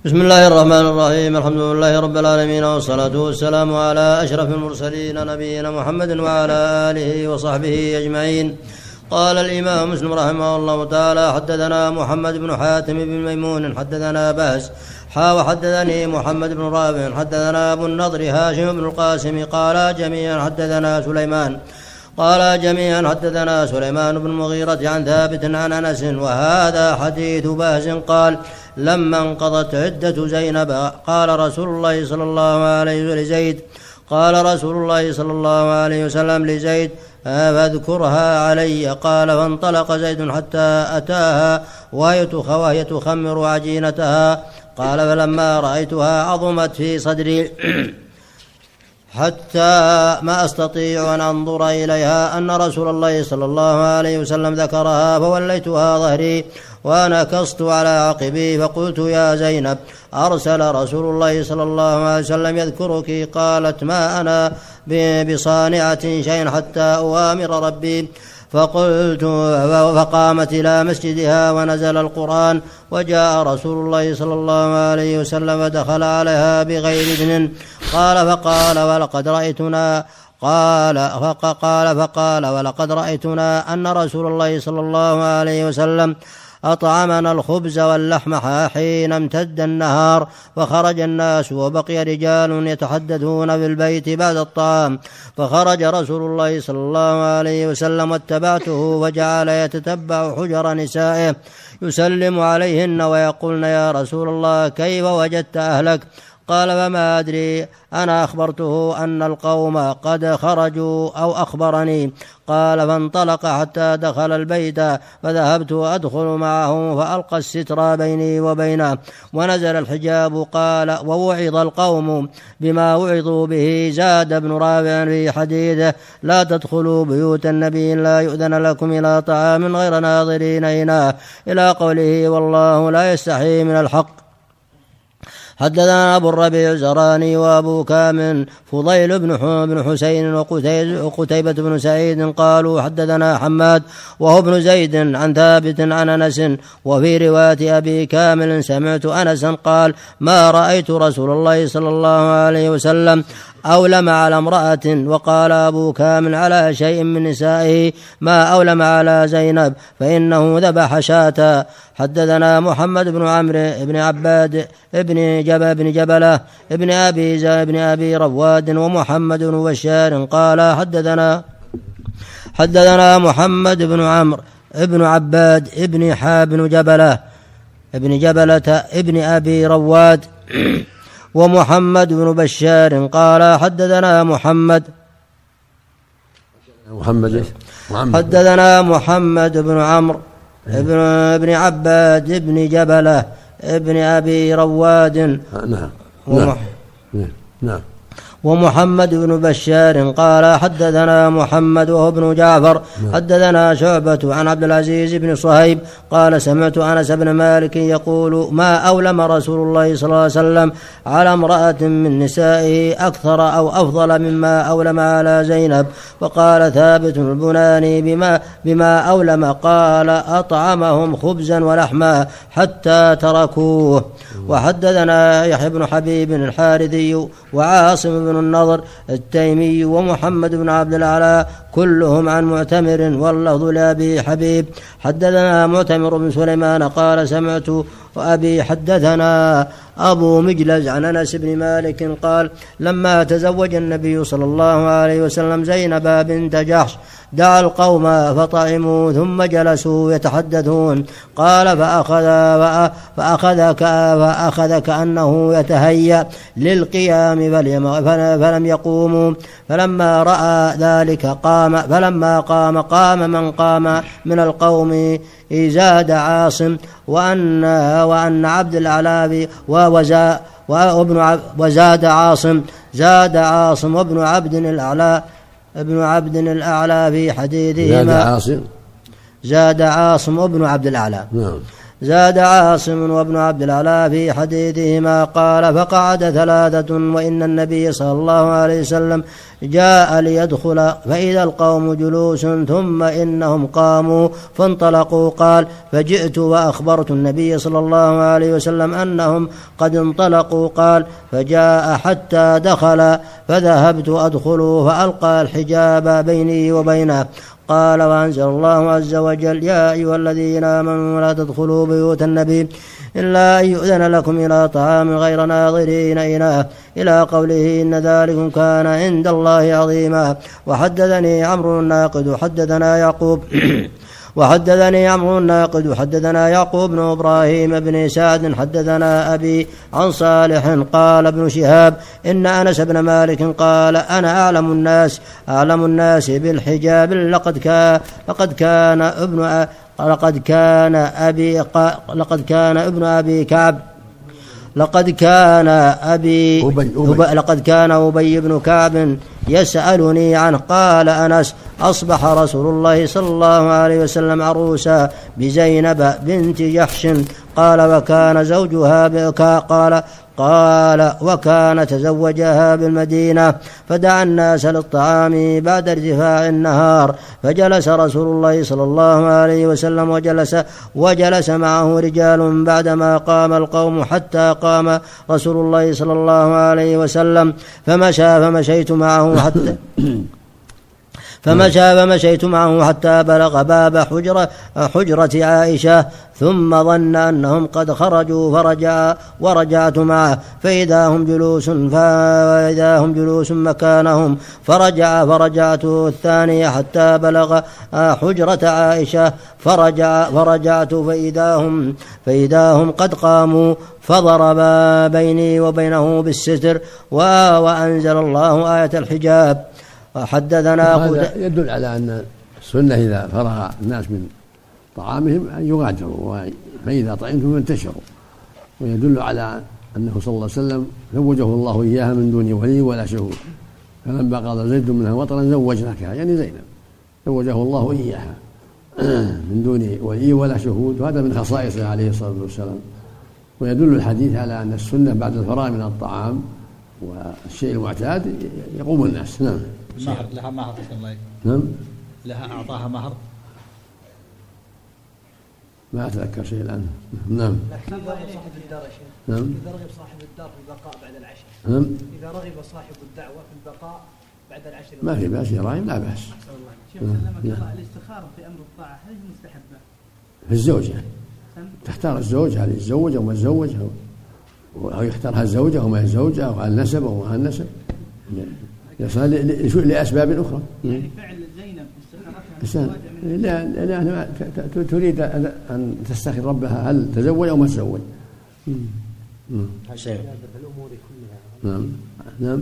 بسم الله الرحمن الرحيم. الحمد لله رب العالمين، والصلاة والسلام على أشرف المرسلين نبينا محمد وعلى آله وصحبه أجمعين. قال الإمام مسلم رحمه الله تعالى: حدثنا محمد بن حاتم بن ميمون حدثنا باس وحدثني محمد بن رافع حدثنا أبو النضر هاشم بن القاسم قال جميعا حدثنا سليمان بن المغيرة عن ثابت عن أنس، وهذا حديث باس. قال: لما انقضت عدة زينب قال رسول الله صلى الله عليه وسلم لزيد: فاذكرها علي. قال: فانطلق زيد حتى أتاها وهي تخمر عجينتها. قال: فلما رأيتها عظمت في صدري حتى ما أستطيع أن أنظر إليها أن رسول الله صلى الله عليه وسلم ذكرها، فوليتها ظهري ونكصت على عقبي فقلت: يا زينب، أرسل رسول الله صلى الله عليه وسلم يذكرك. قالت: ما أنا بصانعة شيء حتى أوامر ربي. فقامت إلى مسجدها ونزل القرآن، وجاء رسول الله صلى الله عليه وسلم فدخل عليها بغير إذن. قال: ولقد رأيتنا أن رسول الله صلى الله عليه وسلم أطعمنا الخبز واللحم حين امتد النهار، فخرج الناس وبقي رجال يتحدثون في البيت بعد الطعام، فخرج رسول الله صلى الله عليه وسلم واتبعته، وجعل يتتبع حجر نسائه يسلم عليهن ويقولن: يا رسول الله، كيف وجدت أهلك؟ قال: فما أدري، أنا أخبرته أن القوم قد خرجوا أو أخبرني. قال: فانطلق حتى دخل البيت، فذهبت أدخل معه، فألقى الستر بيني وبينه ونزل الحجاب. قال: ووعظ القوم بما وعظوا به. زاد ابن رافع في حديثه: لا تدخلوا بيوت النبي لا يؤذن لكم إلى طعام غير ناظرين إناه، إلى قوله: والله لا يستحي من الحق. حدثنا أبو الربيع الزراني وأبو كامل فضيل بن حسين وقتيبة بن سعيد قالوا: حدثنا حماد وهو ابن زيد عن ثابت عن أنس. وفي رواية أبي كامل سمعت أنسا قال: ما رأيت رسول الله صلى الله عليه وسلم أولم على امرأة. وقال أبو كامل: على شيء من نسائه ما أولم على زينب، فإنه ذبح شاة. حدثنا محمد بن عمرو بن عباد بن جبلة ابن أبي رواد ومحمد بن بشار قال: حدثنا محمد بن عمرو بن عباد بن جبلة ابن أبي رواد ومحمد بن بشار قال: حدثنا محمد بن عمرو ابن عباد ابن جبلة ابن أبي رواد ومحمد بن بشار قال: حدثنا محمد وهو ابن جعفر حدثنا شعبة عن عبد العزيز بن صهيب قال: سمعت أنس بن مالك يقول: ما أولم رسول الله صلى الله عليه وسلم على امرأة من نسائه أكثر أو أفضل مما أولم على زينب. وقال ثابت البناني: بما أولم؟ قال: أطعمهم خبزا ولحما حتى تركوه. وحدثنا يحيى بن حبيب الحارثي وعاصم بن النضر التيمي ومحمد بن عبد الأعلى كلهم عن معتمر، واللفظ لأبي حبيب. حدثنا معتمر بن سليمان قال: سمعت أبي حدثنا أبو مجلز عن أنس بن مالك قال: لما تزوج النبي صلى الله عليه وسلم زينب بنت جحش دعا القوم فطعموا ثم جلسوا يتحدثون. قال: فأخذ كأنه يتهيأ للقيام فلم يقوموا. فلما رأى ذلك قام من قام من القوم زاد عاصم وأن عبد الأعلى وزاد عاصم وابن عبد الأعلى في حديثهما. زاد عاصم وابن عبد الأعلى زاد عاصم وابن عبد العلا في حديثهما قال فقعد 3 وإن النبي صلى الله عليه وسلم جاء ليدخل فإذا القوم جلوس ثم إنهم قاموا فانطلقوا قال فجئت وأخبرت النبي صلى الله عليه وسلم أنهم قد انطلقوا قال فجاء حتى دخل فذهبت أدخل فألقى الحجاب بيني وبينه قال وأنزل الله عز وجل يا أيها الذين آمنوا لا تدخلوا بيوت النبي إلا أن يؤذن لكم إلى طعام غير ناظرين إناه إلى قوله إن ذلكم كان عند الله عظيما. وحدثني عمرو الناقد حدثنا يعقوب بن إبراهيم بن سعد حدثنا أبي عن صالح قال ابن شهاب إن أنس بن مالك قال أنا أعلم الناس بالحجاب لقد كان أبي بن كعب يسألني عنه قال أنس أصبح رسول الله صلى الله عليه وسلم عروسا بزينب بنت جحش قال وكان تزوجها بالمدينة فدعا الناس للطعام بعد ارتفاع النهار فجلس رسول الله صلى الله عليه وسلم وجلس معه رجال بعدما قام القوم حتى قام رسول الله صلى الله عليه وسلم فمشيت معه حتى بلغ باب حجرة عائشة ثم ظن أنهم قد خرجوا ورجعت معه فإذا هم جلوس مكانهم فرجعت الثانية حتى بلغ حجرة عائشة فرجعت فإذا هم قد قاموا فضربا بيني وبينه بالستر وأنزل الله آية الحجاب. وحدثنا هذا يدل على أن السنة إذا فرغ الناس من طعامهم أن يغادروا فإذا طعمتم فانتشروا ويدل على أنه صلى الله عليه وسلم زوجه الله إياها من دون ولي ولا شهود فلما قضى زيد منها وطرا زوجناكها يعني زينب زوجه الله إياها من دون ولي ولا شهود وهذا من خصائصه عليه الصلاة والسلام. ويدل الحديث على أن السنة بعد الفراغ من الطعام والشيء المعتاد يقوم الناس. نعم. لها مهر الله. نعم. لها أعطاها مهر. ما أتذكر شيء الآن. نعم. إذا رغب صاحب الدار يا شيخ. نعم. إذا رغب صاحب الدار في البقاء بعد العشاء. نعم. إذا رغب صاحب الدعوة في البقاء بعد العشاء. ما في بأس يراهن لا بأس. شيخ سلمك الله الاستخارة في أمر الطاعة هل هي مستحبة؟ في الزوجة. تختار الزوج هل يتزوج أو ما يتزوج أو يختارها الزوجة أو ما الزوجة أو النسب أو ما النسب لأسباب أخرى. يعني فعل زينب استخارتها لا تريد أن تستخير ربها هل تزوج أو ما تزوج. الأمور كلها. نعم.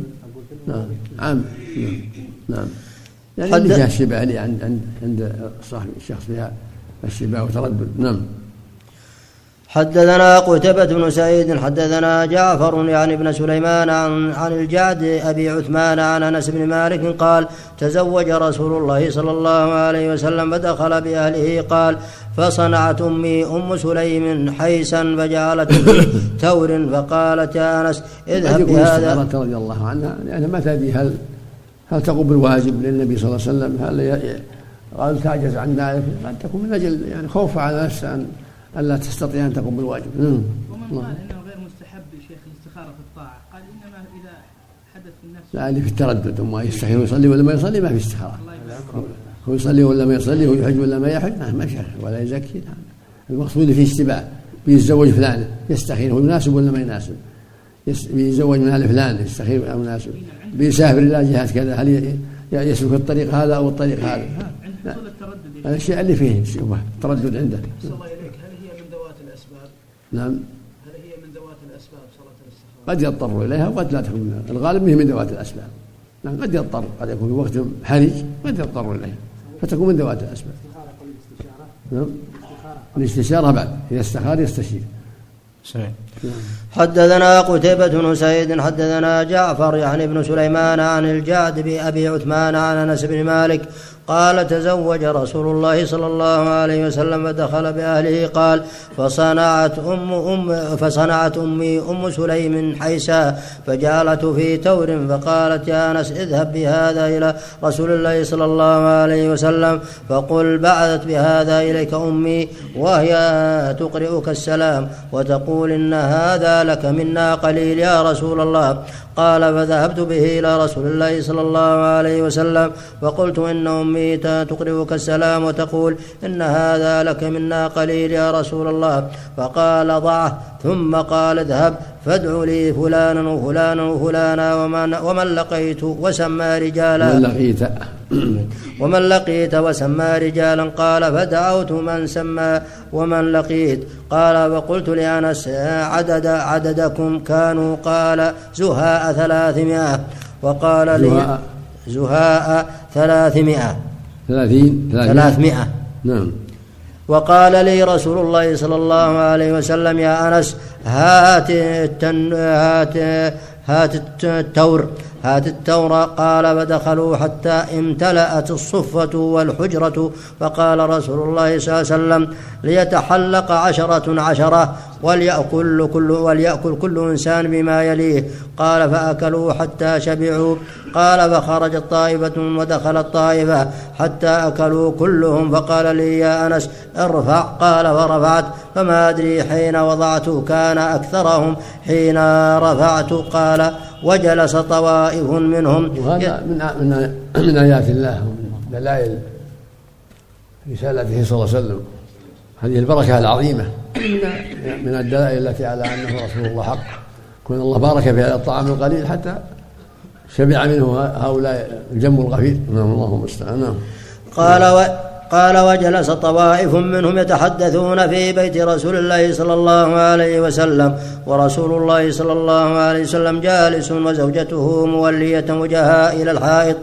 يعني اللي فيها الشبه اللي عند صاحب الشخص فيها الشبه وتردد. نعم. حدثنا قتيبة بن سعيد حدثنا جعفر يعني ابن سليمان عن الجعد أبي عثمان عن أنس بن مالك قال تزوج رسول الله صلى الله عليه وسلم فدخل بأهله قال فصنعت أمي أم سليم حيسا فجعلت في تور فقالت يا أنس اذهب بهذا. رضي الله عنها يعني ما تدري هل تقوم بالواجب للنبي صلى الله عليه وسلم هل تعجز عن ذلك قد تكون من أجل يعني خوف على نفسها ألا تستطيع أن تقوم بالواجب. ومن قال إنه غير مستحب شيخ الاستخارة في الطاعة قال إنما إذا حدث في النفس لا اللي في التردد وما يستحيل يصلي ولا ما يصلي ما في استخارة هو يصلي ولا ما يصلي هو يحج ولا ما يحج ما شرع ولا يزكي. المقصود فيه اشتباه بيتزوج فلان يستخير هو يناسب ولا ما يناسب بيتزوج من أهل فلان يستخير ولا مناسب بيسافر إلى جهات كذا هل يسلك الطريق هذا أو الطريق هذا. هذا الشيء اللي فيه تردد عنده. نعم. هل هي من ذوات الأسباب صلاة الاستخارة؟ قد يضطر إليها وقد لا تكون الغالب من ذوات الأسباب. نعم قد يضطر قد يكون في وقت حرج قد يضطر إليها فتكون من ذوات الأسباب. نعم. الاستشارة بعد إذا استخار يستشير. حدثنا قتيبة بن سعيد حدثنا جعفر يعني ابن سليمان عن الجعد بأبي عثمان عن أنس بن مالك قال تزوج رسول الله صلى الله عليه وسلم فدخل بأهله. قال فصنعت أمي أم سليم حيسا فجعلت في تور فقالت يا أنس اذهب بهذا إلى رسول الله صلى الله عليه وسلم فقل بعثت بهذا إليك أمي وهي تقرئك السلام وتقول إن هذا لك منا قليل يا رسول الله. قال فذهبت به إلى رسول الله صلى الله عليه وسلم فقلت إن أمي تقرئك السلام وتقول إن هذا لك منا قليل يا رسول الله. فقال ضعه ثم قال اذهب فادع لي فلانا وفلانا وفلانا ومن لقيت وسمى رجالا ومن لقيت وسمى رجالا. قال فدعوت من سمى ومن لقيت. قال وقلت لأنس عددكم كانوا؟ قال زهاء 300. وقال لي زهاء 300. نعم. وقال لي رسول الله صلى الله عليه وسلم يا أنس هات التور. قال فدخلوا حتى امتلأت الصفة والحجرة. فقال رسول الله صلى الله عليه وسلم ليتحلق 10 وليأكل كل إنسان بما يليه. قال فأكلوا حتى شبعوا. قال فخرجت طائفة ودخلت طائفة حتى أكلوا كلهم. فقال لي يا أنس ارفع. قال فرفعت فما أدري حين وضعت كان أكثرهم حين رفعت. قال وجلس طوائف منهم. وهذا من آيات الله ومن دلائل رسالته صلى الله عليه وسلم، هذه البركة العظيمة من الدلائل التي على أنه رسول الله حق. كون الله بارك في هذا الطعام القليل حتى شبع منه هؤلاء الجم الغفير. اللهم استعان. قال وجلس طوائف منهم يتحدثون في بيت رسول الله صلى الله عليه وسلم ورسول الله صلى الله عليه وسلم جالس وزوجته مولية وجهها إلى الحائط.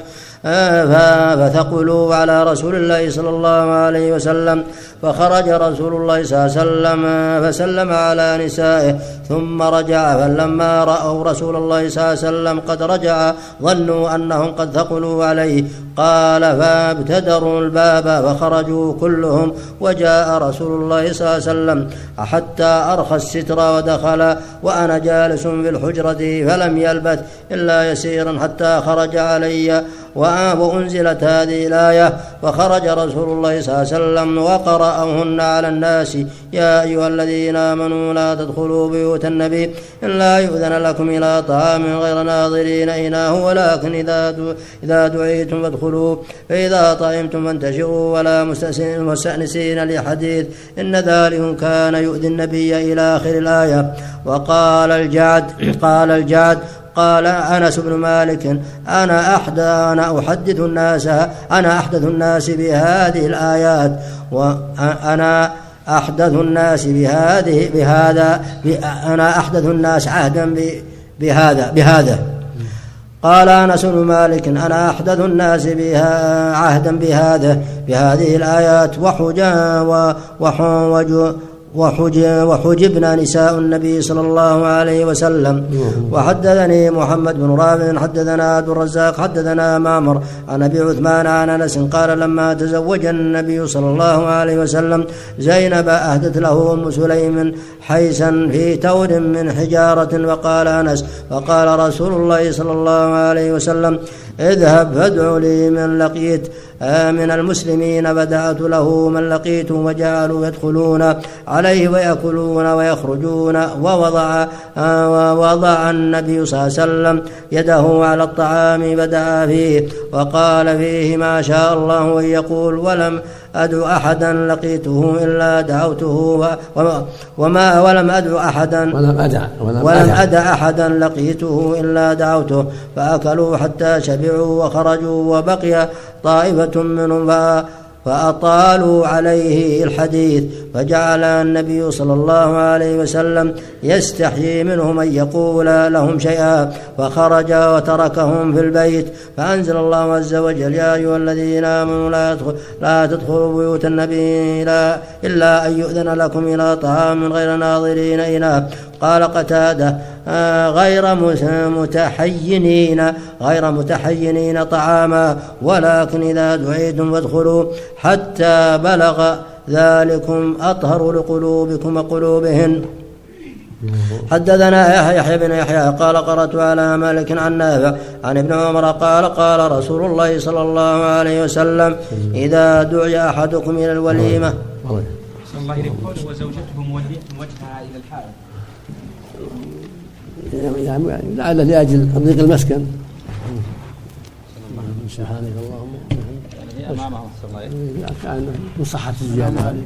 فثقلوا على رسول الله صلى الله عليه وسلم. فخرج رسول الله صلى الله عليه وسلم فسلم على نسائه ثم رجع. فلما رأوا رسول الله صلى الله عليه وسلم قد رجع ظنوا أنهم قد ثقلوا عليه. قال فابتدروا الباب فخرجوا كلهم وجاء رسول الله صلى الله عليه وسلم حتى أرخى الستر ودخل وأنا جالس في الحجرة فلم يلبث إلا يسيرا حتى خرج علي وأنزلت هذه الآية. فخرج رسول الله صلى الله عليه وسلم وقرأهن على الناس يا أيها الذين آمنوا لا تدخلوا بيوت النبي إلا يؤذن لكم إلى طعام غير ناظرين إناه ولكن إذا دعيتم فادخلوا فإذا طعمتم فانتشروا ولا مستأنسين لحديث إن ذلك كان يؤذي النبي إلى آخر الآية. وقال الجعد قال أنس بن مالك أنا أحدث الناس بهذه الآيات وأنا أحدث الناس عهدا بهذا. قال أنس بن مالك أنا أحدث الناس عهدا بهذه الآيات وحجبنا نساء النبي صلى الله عليه وسلم. وحدثني محمد بن رافع حدثنا عبد الرزاق حدثنا معمر عن أبي عثمان عن أنس قال لما تزوج النبي صلى الله عليه وسلم زينب أهدت له أم سليم حيسا في تور من حجارة. وقال أنس فقال رسول الله صلى الله عليه وسلم اذهب فادع لي من لقيت من المسلمين. فدعت له من لقيت وجعلوا يدخلون عليه ويأكلون ويخرجون. ووضع النبي صلى الله عليه وسلم يده على الطعام فدعا فيه وقال فيه ما شاء الله أن يقول ولم أدع أحدا لقيته إلا دعوته ولم أدع أحدا لقيته إلا دعوته. فأكلوا حتى شبعوا وخرجوا وبقي طائفة منهم فأطالوا عليه الحديث. فجعل النبي صلى الله عليه وسلم يستحيي منهم أن يقول لهم شيئا فخرج وتركهم في البيت. فأنزل الله عز وجل يا أيها الذين آمنوا لا تدخلوا بيوت النبي إلا أن يؤذن لكم إلى طعام غير ناظرين إناه. قال قتادة غير متحينين طعاما، ولكن إذا دعيتم فادخلوا حتى بلغ ذلكم أطهر لقلوبكم وقلوبهن. حدثنا يحيى بن يحيى قال قرأت على مالك عن نافع عن ابن عمر قال قال رسول الله صلى الله عليه وسلم إذا دعي أحدكم إلى الوليمة الله يقول وزوجته مولية وجهها إلى الحائط، يعني لعل لأجل ضيق المسكن. سبحانك اللهم هي أمامه صلى الله عليه وسلم. كان من صحة الزيادة هذه.